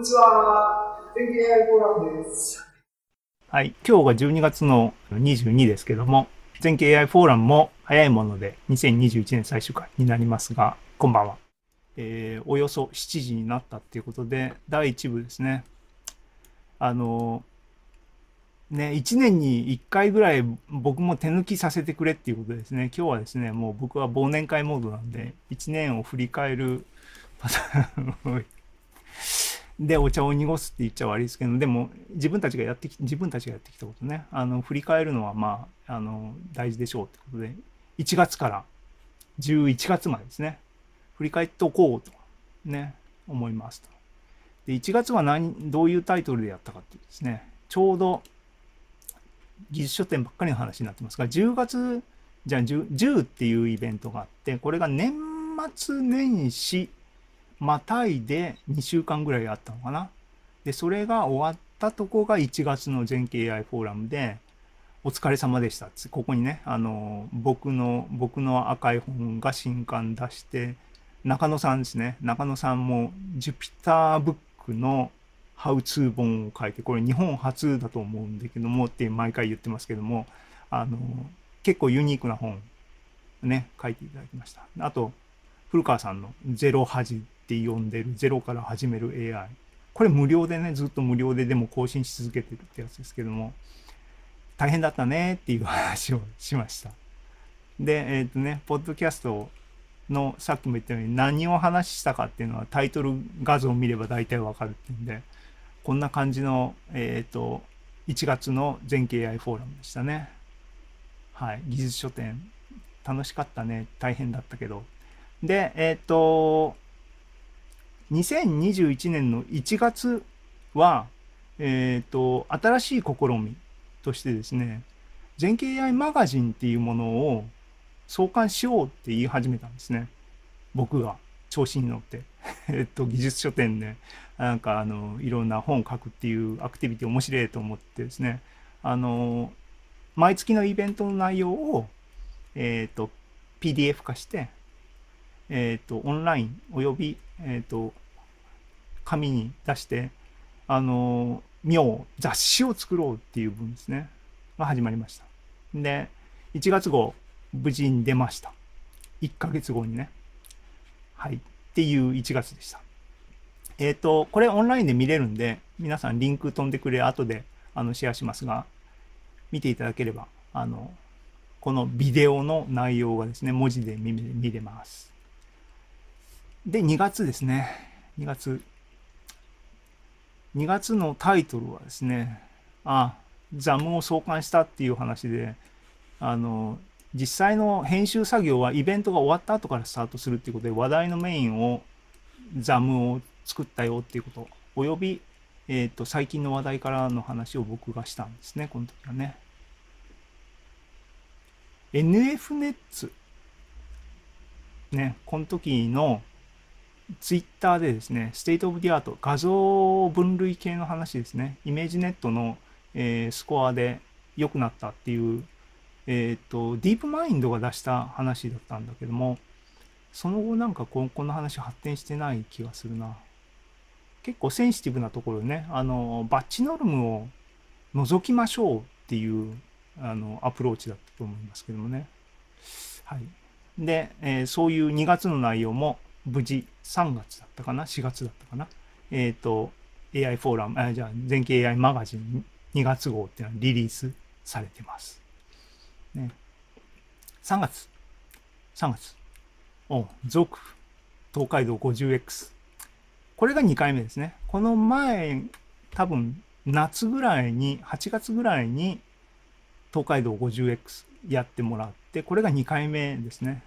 にちは。天気 AI フォーラムです。 はい。今日が12月の22ですけども、全景 AI フォーラムも早いもので2021年最終回になりますが、こんばんは。およそ7時になったっていうことで、第1部ですね。あの、1年に1回ぐらい僕も手抜きさせてくれっていうことですね。今日はですね、もう僕は忘年会モードなんで、1年を振り返るパターンでお茶を濁すって言っちゃ悪いですけど、でも自分たちがやってきたことね、振り返るのは大事でしょうってことで、1月から11月までですね、振り返っておこうとね、思いますと。で、1月はどういうタイトルでやったかっていうとですね、ちょうど技術書店ばっかりの話になってますが、10月、じゃあ10っていうイベントがあって、これが年末年始またいで2週間ぐらいあったのかな。で、それが終わったとこが1月の全景 AI フォーラムで、お疲れ様でした。ここにね、僕の赤い本が新刊出して、中野さんですね。中野さんも、ジュピターブックのハウツー本を書いて、これ日本初だと思うんだけども、って毎回言ってますけども、あの、結構ユニークな本、ね、書いていただきました。あと、古川さんのゼロ恥って呼んでるゼロから始める AI。これ無料でね、ずっと無料ででも更新し続けてるってやつですけども、大変だったねっていう話をしました。で、ポッドキャストのさっきも言ったように何を話したかっていうのはタイトル画像を見れば大体わかるっていうんで、こんな感じの、1月の全景 AI フォーラムでしたね。はい。技術書店。楽しかったね。大変だったけど。で、2021年の1月は、新しい試みとしてですね、全景 AI マガジンっていうものを創刊しようって言い始めたんですね。僕が調子に乗って。技術書店で、いろんな本を書くっていうアクティビティ面白いと思ってですね、あの、毎月のイベントの内容を、えっ、と、PDF 化して、オンラインおよび、紙に出して、雑誌を作ろうっていう分ですね。が始まりました。で、1月号、無事に出ました。1ヶ月後にね。はい。っていう1月でした。これオンラインで見れるんで、皆さんリンク飛んでくれ、後でシェアしますが、見ていただければ、このビデオの内容がですね、文字で見れます。で、2月ですね。2月。2月のタイトルはですね、ザムを創刊したっていう話で、あの、実際の編集作業はイベントが終わった後からスタートするっていうことで、話題のメインを、ザムを作ったよっていうこと、および、最近の話題からの話を僕がしたんですね、この時はね。NF ネッツ。ね、この時のツイッターでですね、ステートオブディアート、画像分類系の話ですね、イメージネットの、スコアで良くなったっていう、ディープマインドが出した話だったんだけども、その後なんかこの話発展してない気がするな。結構センシティブなところでね、バッチノルムを除きましょうっていう、アプローチだったと思いますけどもね。はい。で、そういう2月の内容も無事3月だったかな ?4 月だったかな AI フォーラム、じゃあ全景 AI マガジン2月号っていうのはリリースされてます。ね。3月。3月。続。東海道 50X。これが2回目ですね。この前、多分夏ぐらいに、8月ぐらいに東海道 50X やってもらって、これが2回目ですね。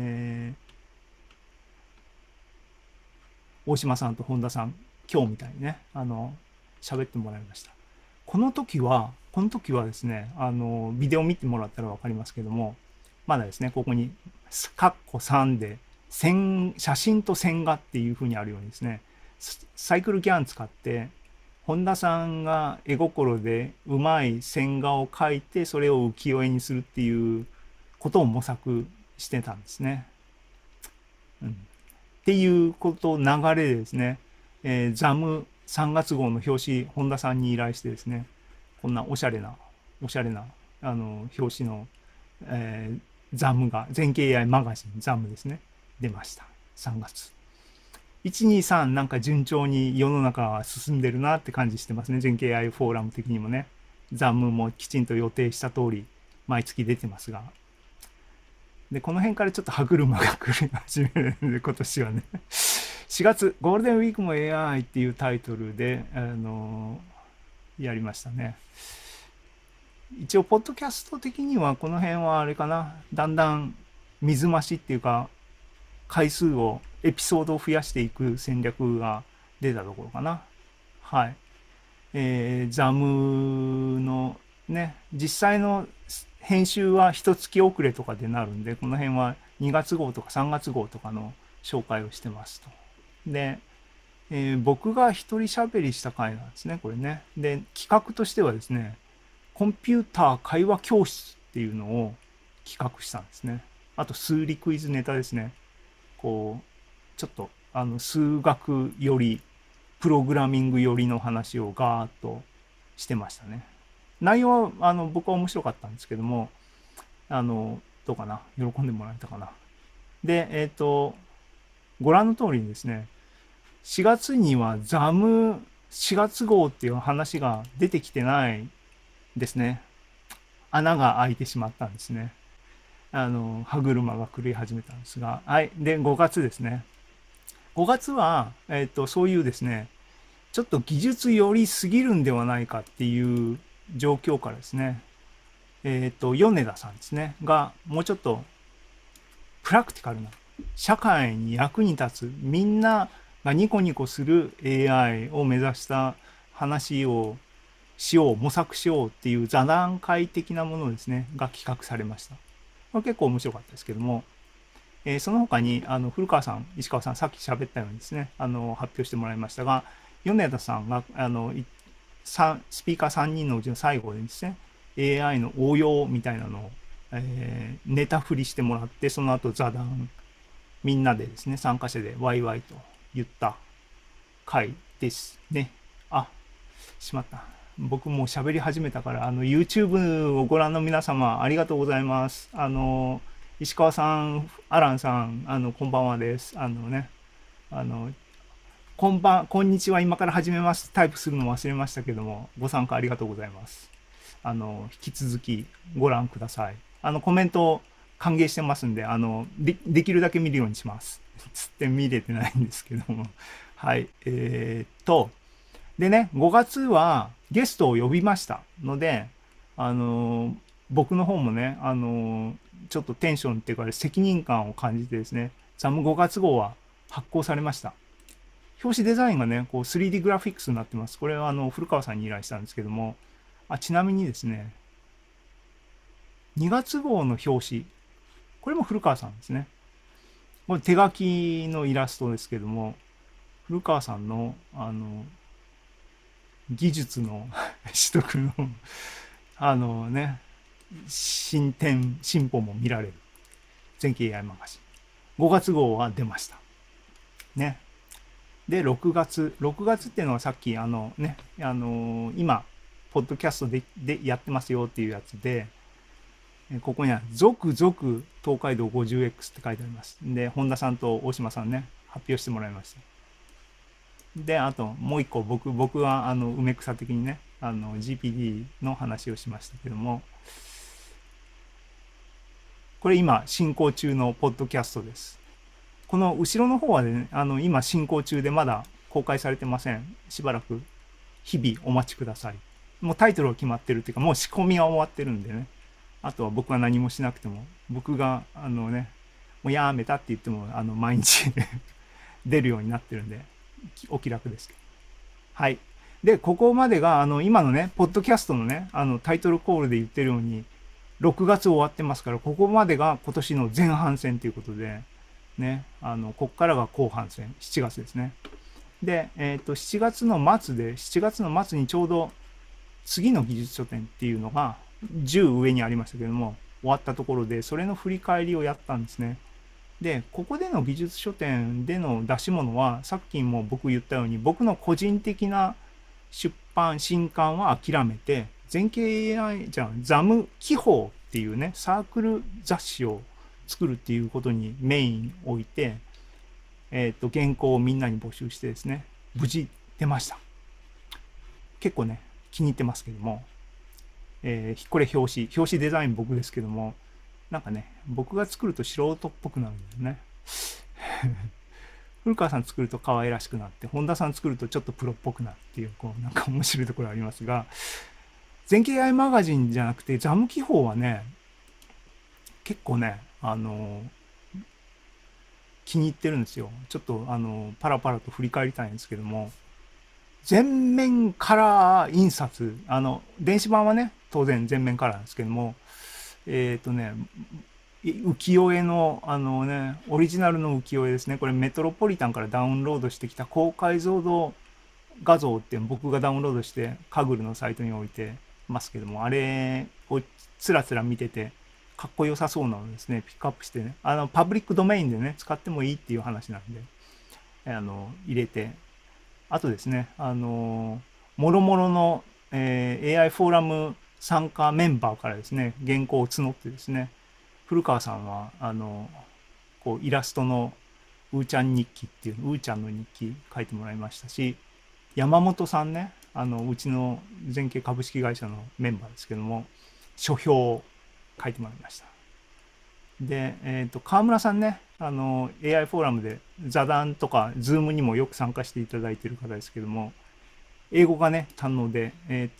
大島さんと本田さん、今日みたいにね、喋ってもらいました。この時はですね、ビデオ見てもらったらわかりますけども、まだですね、ここに、カッコ3で、写真と線画っていう風にあるようにですね、サイクルギャン使って、本田さんが絵心でうまい線画を描いて、それを浮世絵にするっていうことを模索してたんですね。っていうこと流れでですね、ザム 3月号の表紙、本田さんに依頼してですね、こんなおしゃれな、表紙の、ザムが、全景 AI マガジン、ザムですね、出ました。3月。1、2、3、なんか順調に世の中は進んでるなって感じしてますね。全景 AI フォーラム的にもね。ザムもきちんと予定した通り、毎月出てますが。で、この辺からちょっと歯車が来る始めるんで、今年はね。4月、ゴールデンウィークも AI っていうタイトルで、やりましたね。一応、ポッドキャスト的には、この辺はあれかな、だんだん水増しっていうか、回数を、エピソードを増やしていく戦略が出たところかな。はい。ザムのね、実際の編集は一月遅れとかでなるんで、この辺は2月号とか3月号とかの紹介をしてますと。で、僕が一人喋りした回なんですね、これね。で、企画としてはですね、コンピューター会話教室っていうのを企画したんですね。あと、数理クイズネタですね。こう、ちょっと、数学より、プログラミング寄りの話をガーッとしてましたね。内容は、僕は面白かったんですけども、どうかな、喜んでもらえたかな。で、ご覧の通りにですね、4月にはザム4月号っていう話が出てきてないですね。穴が開いてしまったんですね。歯車が狂い始めたんですが。はい。で、5月ですね。5月は、そういうですね、ちょっと技術寄りすぎるんではないかっていう状況からですね、米田さんですね、が、もうちょっとプラクティカルな、社会に役に立つ、みんながニコニコする AI を目指した話をしよう、模索しようっていう座談会的なものですね、が企画されました。これ結構面白かったですけども、その他に、古川さん、石川さん、さっき喋ったようにですね、発表してもらいましたが、米田さんが、スピーカー3人のうちの最後でですね、AI の応用みたいなのを、ネタ振りしてもらって、その後座談、みんなでですね、参加者でワイワイと言った回ですね。あ、しまった。僕もう喋り始めたから、YouTube をご覧の皆様、ありがとうございます。石川さん、アランさん、こんばんはです。あの、こんにちは、今から始めます。タイプするの忘れましたけども、ご参加ありがとうございます。引き続きご覧ください。コメント歓迎してますんで、できるだけ見るようにします。つって見れてないんですけども。はい。でね、5月はゲストを呼びましたので、僕の方もね、ちょっとテンションっていうか責任感を感じてですね、ザム5月号は発行されました。表紙デザインがね、こう 3D グラフィックスになってます。これは古川さんに依頼したんですけども、ちなみにですね、2月号の表紙、これも古川さんですね。これ手書きのイラストですけども、古川さんの、技術の取得の、進歩も見られる。全景 AI マガジン。5月号は出ました。ね。で、6月っていうのはさっき、今、ポッドキャストでやってますよっていうやつで、ここには、続々東海道 50X って書いてあります。で、本田さんと大島さんね、発表してもらいました。で、あと、もう一個、僕は、梅草的にね、GPD の話をしましたけども、これ今、進行中のポッドキャストです。この後ろの方はね、今進行中でまだ公開されてません。しばらく、日々お待ちください。もうタイトルが決まってるっていうか、もう仕込みは終わってるんでね。あとは僕は何もしなくても、僕が、もうやめたって言っても、毎日出るようになってるんで、お気楽です。はい。で、ここまでが、今のね、ポッドキャストのね、タイトルコールで言ってるように、6月終わってますから、ここまでが今年の前半戦ということで、ね、こっからが後半戦、7月ですね。で、7月の末にちょうど次の技術書店っていうのが10上にありましたけども、終わったところで、それの振り返りをやったんですね。 で、ここでの技術書店での出し物は、さっきも僕言ったように、僕の個人的な出版、新刊は諦めて、全景 AI、ザム記法っていうね、サークル雑誌を作るっていうことにメインを置いて、原稿をみんなに募集してですね、無事出ました。結構ね、気に入ってますけども、これ表紙デザイン僕ですけども、なんかね、僕が作ると素人っぽくなるんだよね。古川さん作ると可愛らしくなって、本田さん作るとちょっとプロっぽくなるっていう、こう、なんか面白いところありますが、全景 AI マガジンじゃなくて、ザム記法はね、結構ね、気に入ってるんですよ。ちょっと、パラパラと振り返りたいんですけども、全面カラー印刷、電子版はね、当然全面カラーなんですけども、ね、浮世絵の、オリジナルの浮世絵ですね。これメトロポリタンからダウンロードしてきた高解像度画像って僕がダウンロードしてカグルのサイトに置いてますけども、あれをつらつら見てて、かっこよさそうなのですね、ピックアップしてね、パブリックドメインでね、使ってもいいっていう話なんで、入れて、あとですね、もろもろの、AI フォーラム参加メンバーからですね、原稿を募ってですね、古川さんは、こう、イラストのうーちゃん日記っていう、うーちゃんの日記書いてもらいましたし、山本さんね、うちの全景株式会社のメンバーですけども、書評を書いてもらいました。で、川村さんね、AI フォーラムで座談とか、ズームにもよく参加していただいている方ですけども、英語がね、堪能で、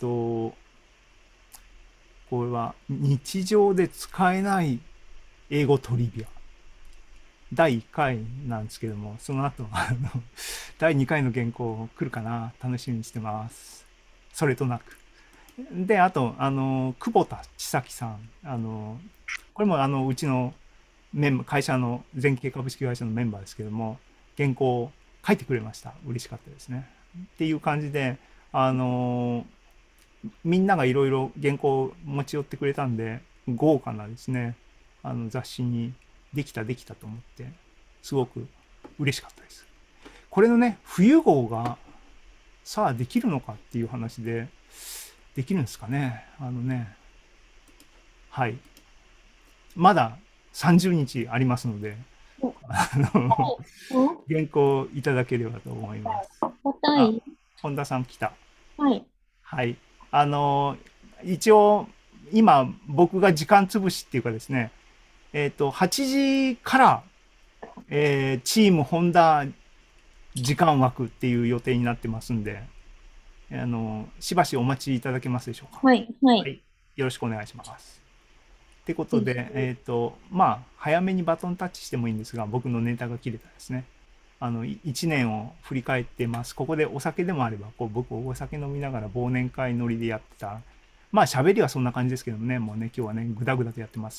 これは日常で使えない英語トリビア。第1回なんですけども、その後、第2回の原稿来るかな楽しみにしてます。それとなく。で、あと、久保田千咲さん。これもうちの会社の全景株式会社のメンバーですけども、原稿を書いてくれました。嬉しかったですね。っていう感じで、あのみんながいろいろ原稿を持ち寄ってくれたんで、豪華なですね、雑誌にできたと思って、すごく嬉しかったです。これのね、冬号が、さあできるのかっていう話で、できるんですかね。はい。まだ30日ありますので、 お、 あの、 はい。お、 原稿いただければと思います。あ、 硬い。 本田さん来た。 はい。 はい。あの、一応、今、僕が時間潰しっていうかですね、8時から、チームホンダ時間枠っていう予定になってますんで、しばしお待ちいただけますでしょうか。 はい。はい。 はい。よろしくお願いします。ってこぜひ。 とで、まあ、早めにバトンタッチしてもいいんですが、僕のネタが切れたですね。1年を振り返ってます。ここでお酒でもあれば、こう僕お酒飲みながら忘年会ノリでやってた。まあ喋りはそんな感じですけどもね、もうね、今日はね、ぐだぐだとやってます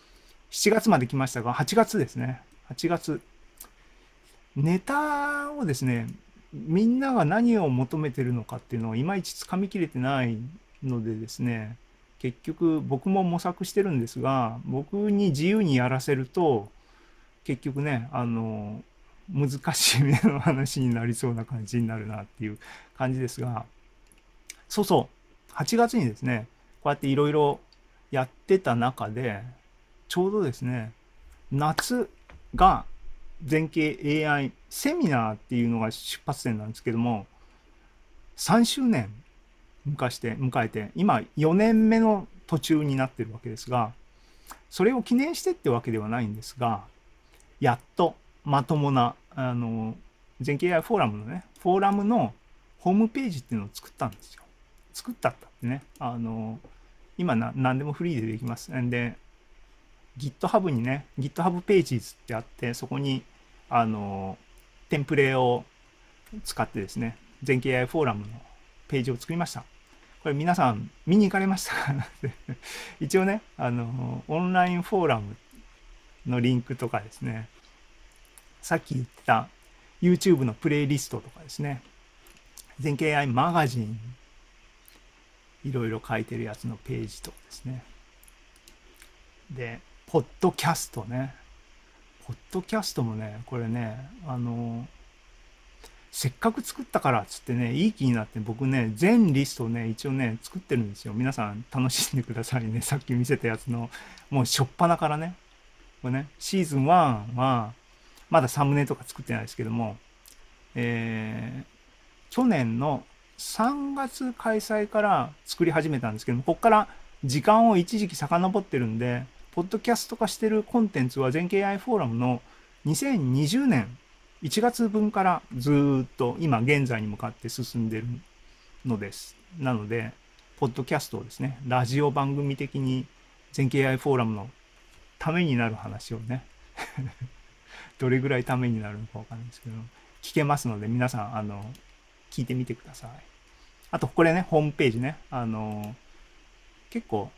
。7月まで来ましたが、8月ですね。8月。ネタをですね、みんなが何を求めてるのかっていうのをいまいちつかみきれてないのでですね、結局僕も模索してるんですが、僕に自由にやらせると、結局ね、難しい目の話になりそうな感じになるなっていう感じですが、そうそう、8月にですね、こうやっていろいろやってた中で、ちょうどですね、夏が全景 AI セミナーっていうのが出発点なんですけども、3周年迎えて、今4年目の途中になってるわけですが、それを記念してってわけではないんですが、やっとまともな、全景 AI フォーラムのね、フォーラムのホームページっていうのを作ったんですよ。作ったってね、今何でもフリーでできます。んで、GitHub にね、GitHub ページってあって、そこに、テンプレを使ってですね、全景 AI フォーラムのページを作りました。これ皆さん見に行かれましたか一応ね、オンラインフォーラムのリンクとかですね、さっき言った YouTube のプレイリストとかですね、全景 AI マガジン、いろいろ書いてるやつのページとかですね。で、ポッドキャストね。 ポッドキャストもね、これね、せっかく作ったからっつってね、いい気になって僕ね、全リストをね、一応ね、作ってるんですよ。皆さん楽しんでくださいね。さっき見せたやつの、もう初っ端からね。これね、シーズン1は、まだサムネとか作ってないですけども、去年の3月開催から作り始めたんですけども、ここから時間を一時期遡ってるんで、ポッドキャスト化してるコンテンツは全経 AI フォーラムの2020年1月分からずっと今現在に向かって進んでるのです。なので、ポッドキャストをですね、ラジオ番組的に全経 AI フォーラムのためになる話をね、どれぐらいためになるのかわかんないですけど、聞けますので、皆さん、聞いてみてください。あと、これね、ホームページね、結構、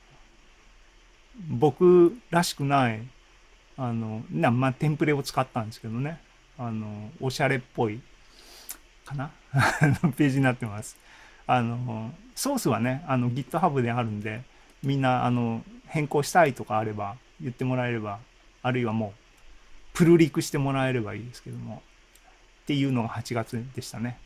僕らしくない、まあ、テンプレを使ったんですけどね、おしゃれっぽいかなページになってます。ソースはね、GitHub であるんで、みんな、変更したいとかあれば言ってもらえれば、あるいはもう、プルリクしてもらえればいいですけども、っていうのが8月でしたね。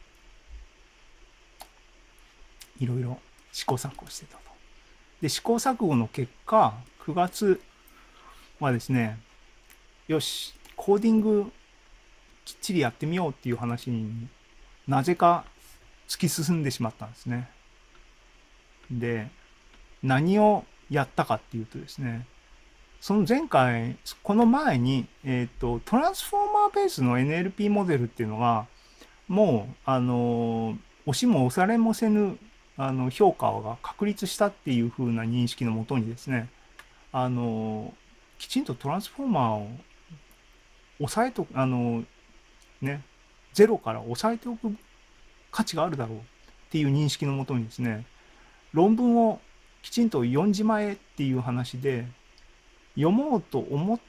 いろいろ試行錯誤してたと。で、試行錯誤の結果、9月はですね、よし、コーディングきっちりやってみようっていう話になぜか突き進んでしまったんですね。で、何をやったかっていうとですね、その前回、この前に、トランスフォーマーベースの NLP モデルっていうのが、もう、押しも押されもせぬ、評価が確立したっていう風な認識のもとにですね、あの、きちんとトランスフォーマーを抑えと、ね、ゼロから抑えておく価値があるだろうっていう認識のもとにですね、論文をきちんと読んじまえっていう話で、読もうと思って、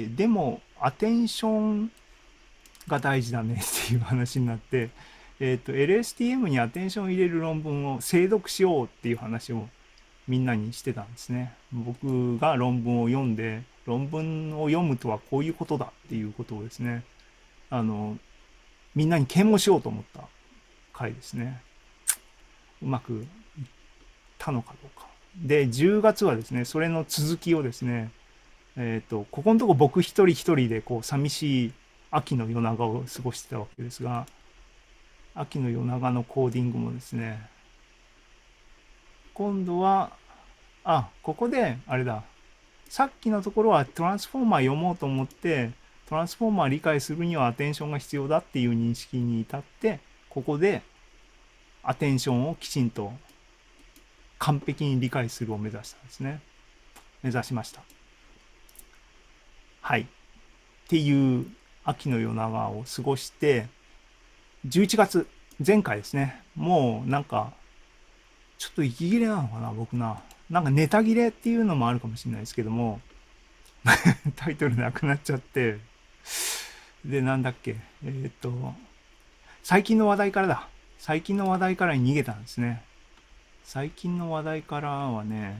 でもアテンションが大事だねっていう話になって、LSTM にアテンションを入れる論文を精読しようっていう話をみんなにしてたんですね。僕が論文を読んで、論文を読むとはこういうことだっていうことをですね、あの、みんなに啓蒙しようと思った回ですね。うまくいったのかどうか。で、10月はですね、それの続きをですね、ここのとこ僕一人一人でこう寂しい秋の夜長を過ごしてたわけですが、秋の夜長のコーディングもですね、今度は、ここで、あれだ、さっきのところはトランスフォーマー読もうと思って、トランスフォーマー理解するにはアテンションが必要だっていう認識に至って、ここでアテンションをきちんと完璧に理解するを目指したんですね。目指しました。はい。っていう秋の夜長を過ごして、11月、前回ですね。もうなんか、ちょっと息切れなのかな、僕な。なんかネタ切れっていうのもあるかもしれないですけども、タイトルなくなっちゃって、で、なんだっけ、最近の話題からだ。最近の話題からに逃げたんですね。最近の話題からはね、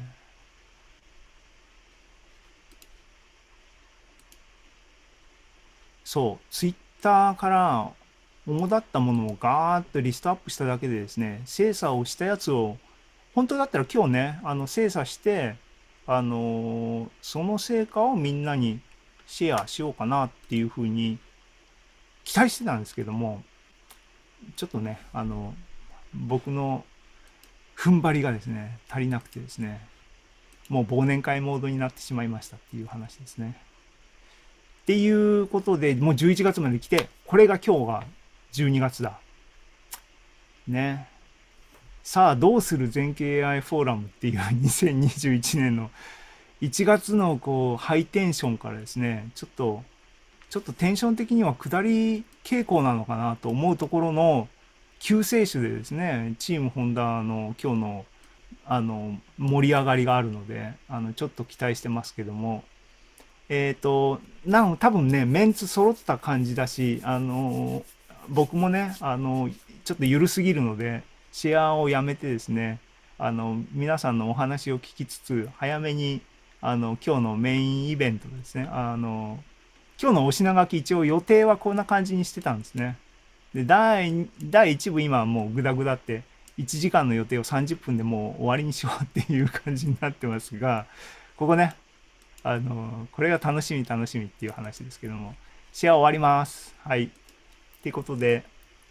そう、ツイッターから主だったものをガーッとリストアップしただけでですね、精査をしたやつを、本当だったら今日ね、精査して、その成果をみんなにシェアしようかなっていうふうに期待してたんですけども、ちょっとね、僕の踏ん張りがですね、足りなくてですね、もう忘年会モードになってしまいましたっていう話ですね。っていうことで、もう11月まで来て、これが今日が12月だ。ね。さあ、どうする全景 AI フォーラムっていう2021年の1月のこう、ハイテンションからですね、ちょっとテンション的には下り傾向なのかなと思うところの救世主でですね、チームホンダの今日の盛り上がりがあるので、ちょっと期待してますけども、多分ね、メンツ揃った感じだし、僕もね、ちょっと緩すぎるので、シェアをやめてですね、皆さんのお話を聞きつつ、早めに、今日のメインイベントですね、 今日のお品書き一応予定はこんな感じにしてたんですね。で、第1部今はもうグダグダって、1時間の予定を30分でもう終わりにしようっていう感じになってますが、ここね、これが楽しみ楽しみっていう話ですけども、シェア終わります。はい。ってことで、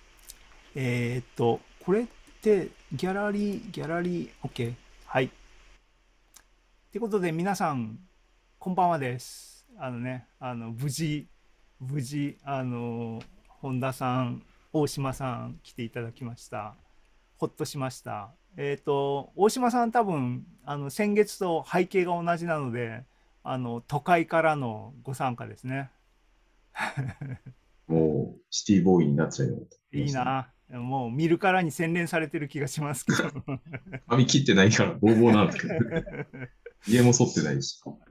これってギャラリー、OK。はい。ってことで皆さん、こんばんはです。無事、本田さん、大島さん来ていただきました。ほっとしました。大島さん多分、先月と背景が同じなので、都会からのご参加ですね。 もう、シティボーイになっちゃいましたね。 いいな。もう見るからに洗練されてる気がしますけど。 髪切ってないからボーボーなんですけど、家も剃ってないし。 はい、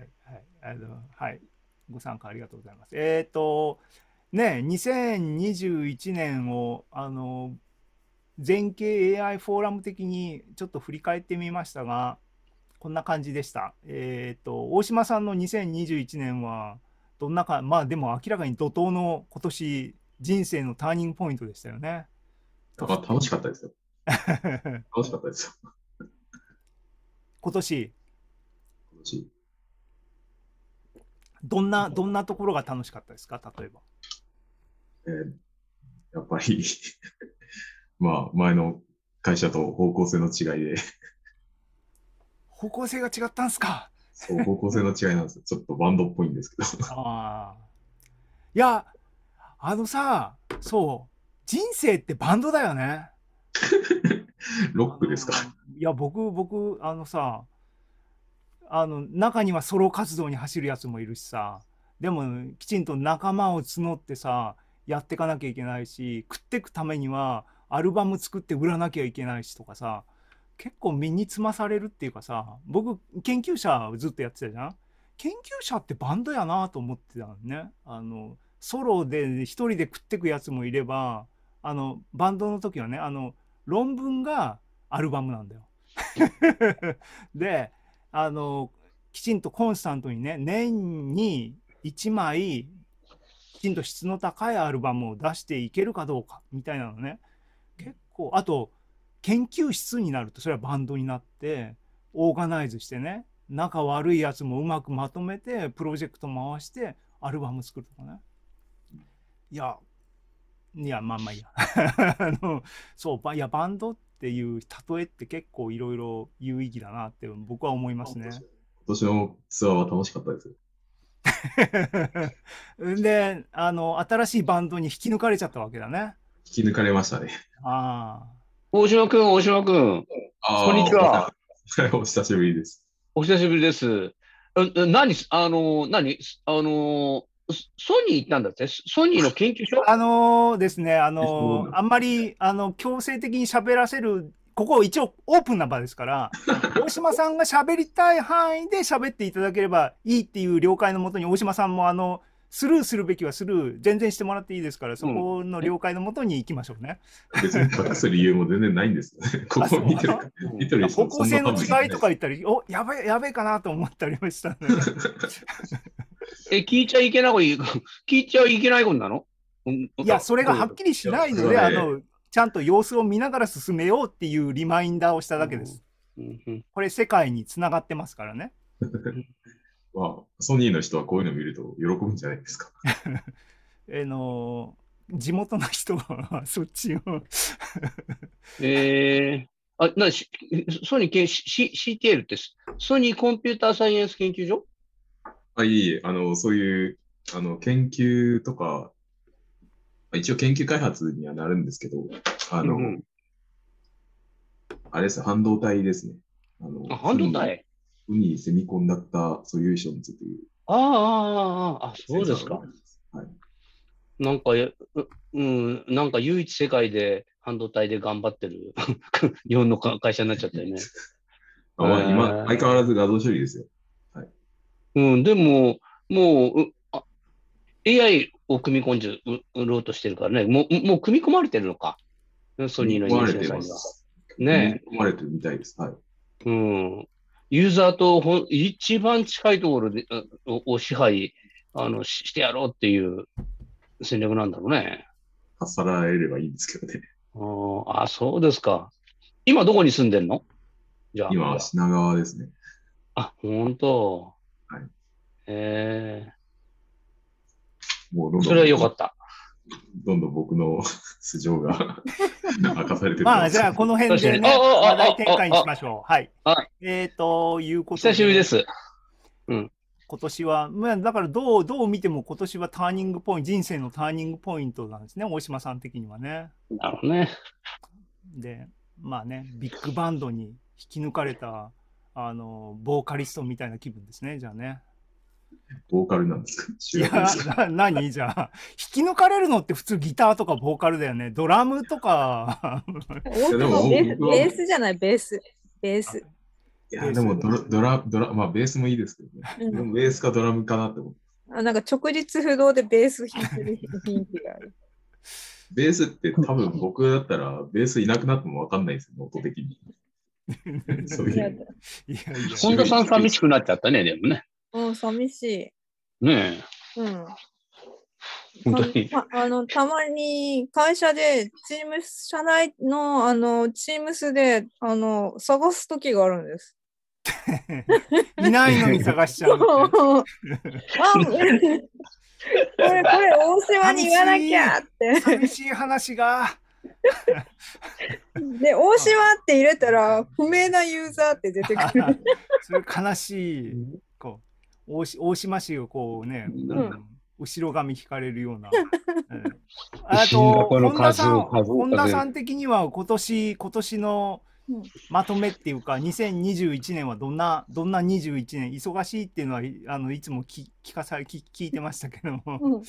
はい、はい。ご参加ありがとうございます。ね、2021年を、全景 AI フォーラム的にちょっと振り返ってみましたが、こんな感じでした。大島さんの2021年は、どんなか、まあでも明らかに怒涛の今年、人生のターニングポイントでしたよね。 まあ、楽しかったですよ。楽しかったですよ。 今年、 今年。 どんなところが楽しかったですか、例えば。 やっぱりまあ、前の会社と方向性の違いで方向性が違ったんすか。 そう、方向性の違いなんですよ。ちょっとバンドっぽいんですけどああ。いや、そう、人生ってバンドだよね。 ロックですか。 いや、中にはソロ活動に走るやつもいるしさ、でも、きちんと仲間を募ってさ、やっていかなきゃいけないし、食っていくためには、アルバム作って売らなきゃいけないしとかさ、結構身につまされるっていうかさ、僕、研究者ずっとやってたじゃん。研究者ってバンドやなと思ってたのね。ソロで一人で食ってくやつもいれば、バンドの時はね、論文がアルバムなんだよ。で、きちんとコンスタントにね、年に1枚、きちんと質の高いアルバムを出していけるかどうかみたいなのね、結構、あと、研究室になると、それはバンドになって、オーガナイズしてね、仲悪いやつもうまくまとめて、プロジェクト回して、アルバム作るとかね。まあまあいいや。そう、いや、バンドっていう例えって結構いろいろ有意義だなって僕は思いますね。 今年のツアーは楽しかったですよ。 で、新しいバンドに引き抜かれちゃったわけだね。 引き抜かれましたね。 ああ。 大島くん、大島くん。こんにちは。 お久しぶりです。 お久しぶりです。何、ソニー行ったんだって？ソニーの研究所？ ですね、あんまり、強制的に喋らせる、ここ一応オープンな場ですから、大島さんが喋りたい範囲で喋っていただければいいっていう了解のもとに、大島さんもスルーするべきはスルー、全然してもらっていいですから、そこの了解のもとに行きましょうね。 別に隠す理由も全然ないんですよね。ここを見てる人方向性の違いとか言ったり、やべえかなと思ったりましたね。 聞いちゃいけないことなの？ いや、それがはっきりしないので、ちゃんと様子を見ながら進めようっていうリマインダーをしただけです。これ世界につながってますからね。 まあ、ソニーの人はこういうのを見ると喜ぶんじゃないですか。 地元の人はそっちをソニーCTL ってソニーコンピューターサイエンス研究所？ いいえ、そういう、研究とか、一応研究開発にはなるんですけど、あれです、半導体ですね。 半導体ウニセミコンダクターソリューションズという。 そうですか。 はい。 なんか唯一世界で半導体で頑張ってる日本の会社になっちゃったよね。 今、相変わらず画像処理ですよ。はい。 でも、もう、AI を組み込んじゃろうとしてるからね。もう組み込まれてるのか。ソニーの認証さんには。 ね。組み込まれてるみたいです。はい。 ユーザーと一番近いところでを支配してやろうっていう戦略なんだろうね。 かっさらえればいいんですけどね。 そうですか。今どこに住んでんのじゃあ。 今、品川ですね。 ほんと。 はい。 えもうどんそれはどん僕の、 よかった。 どんどん僕の素性が明かされてってまあ、 ます。 じゃあ、この辺で確かに。 ね、話題転換にしましょう。はい。 はい。 いうこと久しぶりでで、 す。うん。 今年は、まあ、だからどう見ても今年はターニングポイント、人生のターニングポイントなんですね、大島さん的にはね。 なるほどね。 で、まあね、ビッグバンドに引き抜かれた、ボーカリストみたいな気分ですね、じゃあね。 ボーカルなんですか？主いや、 役ですか？ 何じゃあ、引き抜かれるのって普通ギターとかボーカルだよね。ドラムとかいやでもベ僕はースじゃない、ベース。ベース。 いや、でもまあベースもいいですけどね。 うんでもベースかドラムかなって思って。 なんか直立不動でベース弾いてる雰囲気がある。 ベースって多分僕だったらベースいなくなってもわかんないですよ、音的に。そういやいう。 いやいや、 本田さん寂しくなっちゃったね、でもね。 寂しねい。 本当に。 たまに会社で、社内の、チームスで、探すときがあるんです。 いないのに探しちゃうって。 これ、大島に言わなきゃって。 寂しい話が。 で、大島って入れたら、不明なユーザーって出てくる。 それ悲しい、大島氏をこうね、後ろ髪引かれるような。あと、本田さん的には今年のまとめっていうか、2021年はどんな21年、忙しいっていうのは、いつも聞いてましたけども。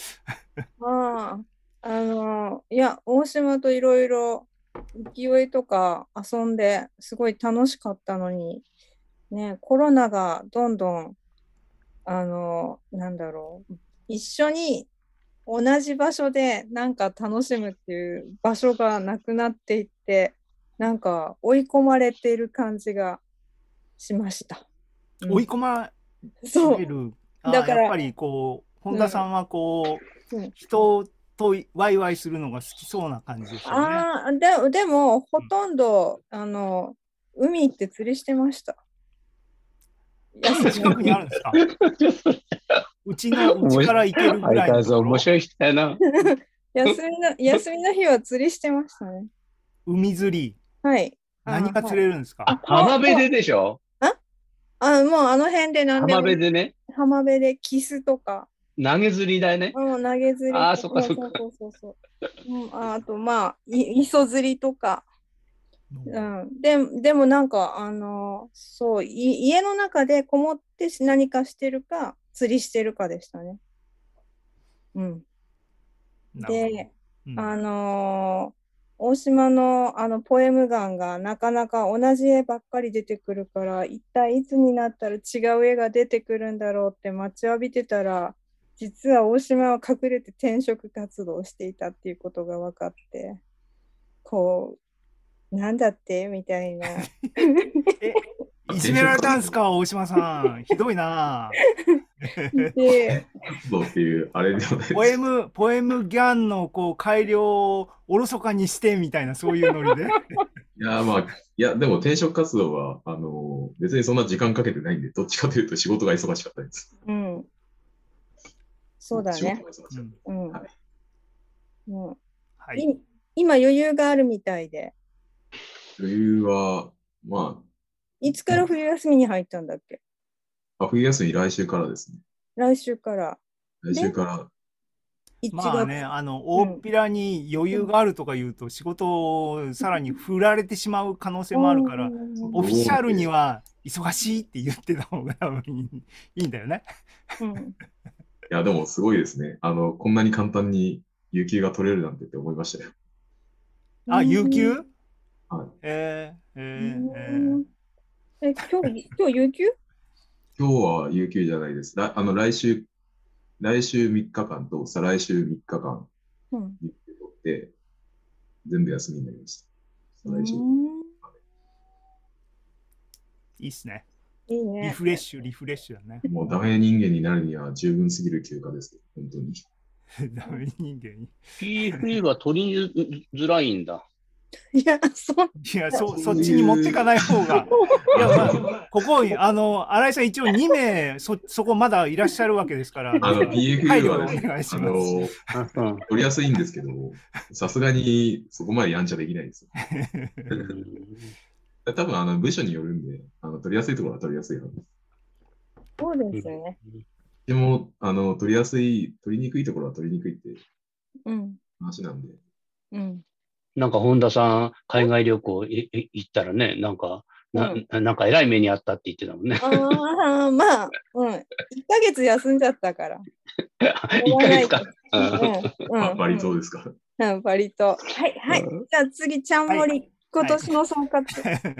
いや、大島といろいろ勢いとか遊んで、すごい楽しかったのに、ね、コロナがどんどん、なんだろう、一緒に同じ場所でなんか楽しむっていう場所がなくなっていって、なんか追い込まれている感じがしました。 追い込まれる。だからやっぱりこう、本田さんはこう、人とワイワイするのが好きそうな感じですよね。 でも、ほとんど、海行って釣りしてました。 近くにあるんですか？うちから行けるぐらいのところ。 面白い人やな。 休みの日は釣りしてましたね。 海釣り。 はい。 何が釣れるんですか？ 浜辺ででしょ？ もうあの辺で何でも。 浜辺でね。 浜辺でキスとか。 投げ釣りだよね。 投げ釣り。 そっかそっか。 そう。あと、磯釣りとか。でもなんか、そう、家の中でこもって何かしてるか、釣りしてるかでしたね。で、大島のポエムガンがなかなか同じ絵ばっかり出てくるから、一体いつになったら違う絵が出てくるんだろうって待ちわびてたら、実は大島は隠れて転職活動をしていたっていうことが分かって、こう、なんだってみたいな。 いじめられたんすか、大島さん。ひどいな。 で、 っていうあれではないです。 ポエムギャンのこう改良をおろそかにしてみたいな、そういうノリで。 いや、でも転職活動は、別にそんな時間かけてないんで、どっちかというと仕事が忙しかったです。 そうだね。今余裕があるみたいで。 余裕は、 いつから冬休みに入ったんだっけ？ 冬休み来週からですね。 来週から。 まあね、大っぴらに余裕があるとか言うと、仕事をさらに振られてしまう可能性もあるから、オフィシャルには忙しいって言ってた方がいいんだよね。 いや、でもすごいですね。こんなに簡単に有給が取れるなんてって思いましたよ。 有給？ はい。 今日有給？ 今日は有給じゃないです。来週3日間と再来週3日間、有給取って、全部休みになりました。再来週。 いいっすね。 いいね。 リフレッシュだね。 もうダメ人間になるには十分すぎる休暇ですよ、本当に。 ダメ人間に。 PFL は取りづらいんだ。 いや、 いや、そっちに持ってかない方が。いや、まあ、ここに、新井さん一応2名、そこまだいらっしゃるわけですから。 PFL はお願いしね、 ます。 取りやすいんですけど、さすがにそこまでやんちゃできないですよ。多分、部署によるんで、取りやすいところは取りやすいはずです。 そうですね。 でも、取りにくいところは取りにくいってうん。 話なんで。 うん。 なんか本田さん、海外旅行行ったらね、なんか偉い目にあったって言ってたもんね。 ああ、まあ、1ヶ月休んじゃったから。 1ヶ月か。 バリ島ですか。 バリ島。はい、はい。じゃあ次、ちゃんもり、今年の総括。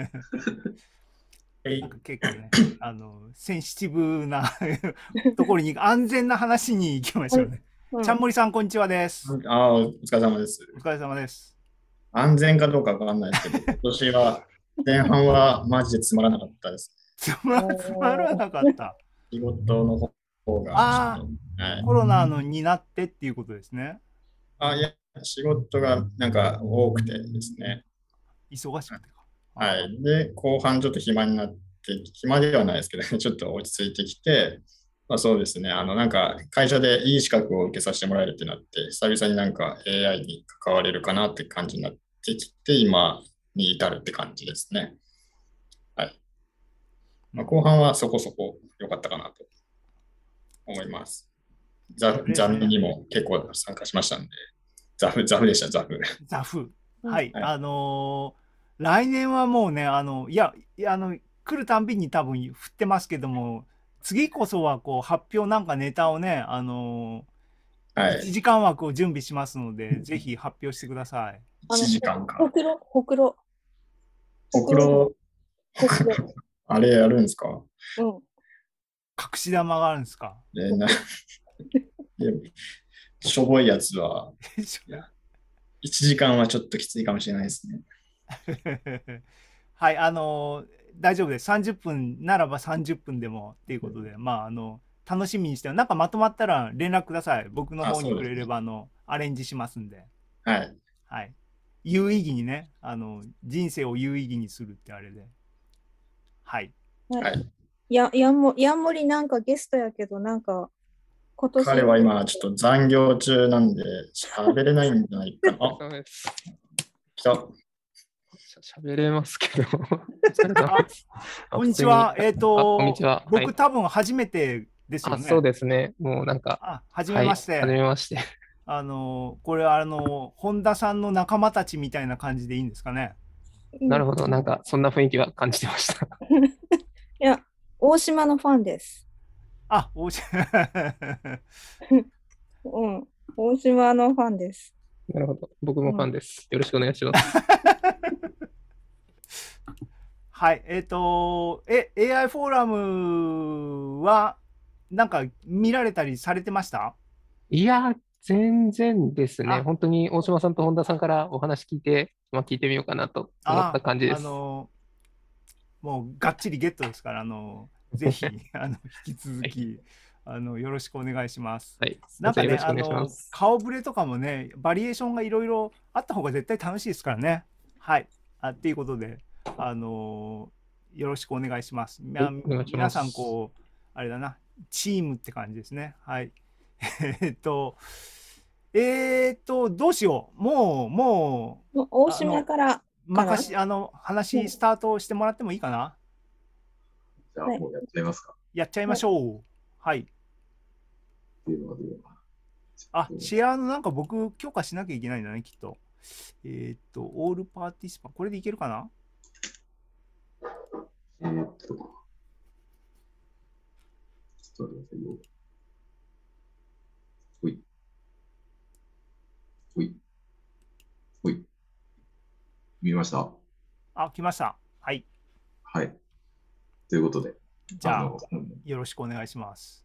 結構ね、センシティブなところに、安全な話に行きましょうね。ちゃんもりさん、こんにちはです。 お疲れ様です。 お疲れ様です。 安全かどうかわかんないですけど、今年は、前半はマジでつまらなかったです。 つまらなかった。 仕事の方が、 はい、コロナになってっていうことですね。 いや、仕事がなんか多くてですね。 忙しくてか。 はい。で、後半ちょっと暇になって、暇ではないですけど、ちょっと落ち着いてきて、そうですね。なんか会社でいい資格を受けさせてもらえるってなって、久々になんか AI に関われるかなって感じになってきて、今に至るって感じですね。はい。後半はそこそこ良かったかなと思います。ザフにも結構参加しましたんで、ザフでした、ザフ。 ザフ。はい。来年はもうね、いや、来るたんびに多分振ってますけども、次こそはこう発表なんかネタをね、1時間枠を準備しますので、ぜひ発表してください。 1時間か。 ほくろ。 あれやるんですか？ 隠し玉があるんですか？ しょぼいやつは、1時間はちょっときついかもしれないですね。 はい、大丈夫です。30分ならば30分でもっていうことで、楽しみにして、なんかまとまったら連絡ください。僕の方にくれれば、アレンジしますんで。 はい。 はい。有意義にね、人生を有意義にするってあれで。はい。 はい。やんもりなんかゲストやけど、なんか、今年。 彼は今ちょっと残業中なんで、喋れないんじゃないかな。来た。 喋れますけど。 こんにちは。 こんにちは。 僕、多分初めてですよね。 そうですね。もうなんか。 はじめまして。 はじめまして。 これ本田さんの仲間たちみたいな感じでいいんですかね。 なるほど。なんか、そんな雰囲気は感じてました。 いや、大島のファンです。 大島。 大島のファンです。 なるほど。僕もファンです。よろしくお願いします。 はい。AI フォーラムは、なんか見られたりされてました？ いや、全然ですね。本当に大島さんと本田さんからお話聞いて、聞いてみようかなと思った感じです。 もうがっちりゲットですから、ぜひ、引き続き、よろしくお願いします。 はい。 なんかね、顔ぶれとかもね、バリエーションがいろいろあった方が絶対楽しいですからね。はい。っていうことで、よろしくお願いします。皆さん、こう、あれだな、チームって感じですね。はい。どうしよう。もう、 大島から話スタートしてもらってもいいかな。 じゃあ、もうやっちゃいますか。 やっちゃいましょう。はい。シェアのなんか僕、許可しなきゃいけないんだね、きっと。オールパーティシパン。これでいけるかな？ ちょっと待ってくださいよ。ほい。ほい。ほい。見ました？ 来ました。はい。 はい。ということで。 じゃあ、よろしくお願いします。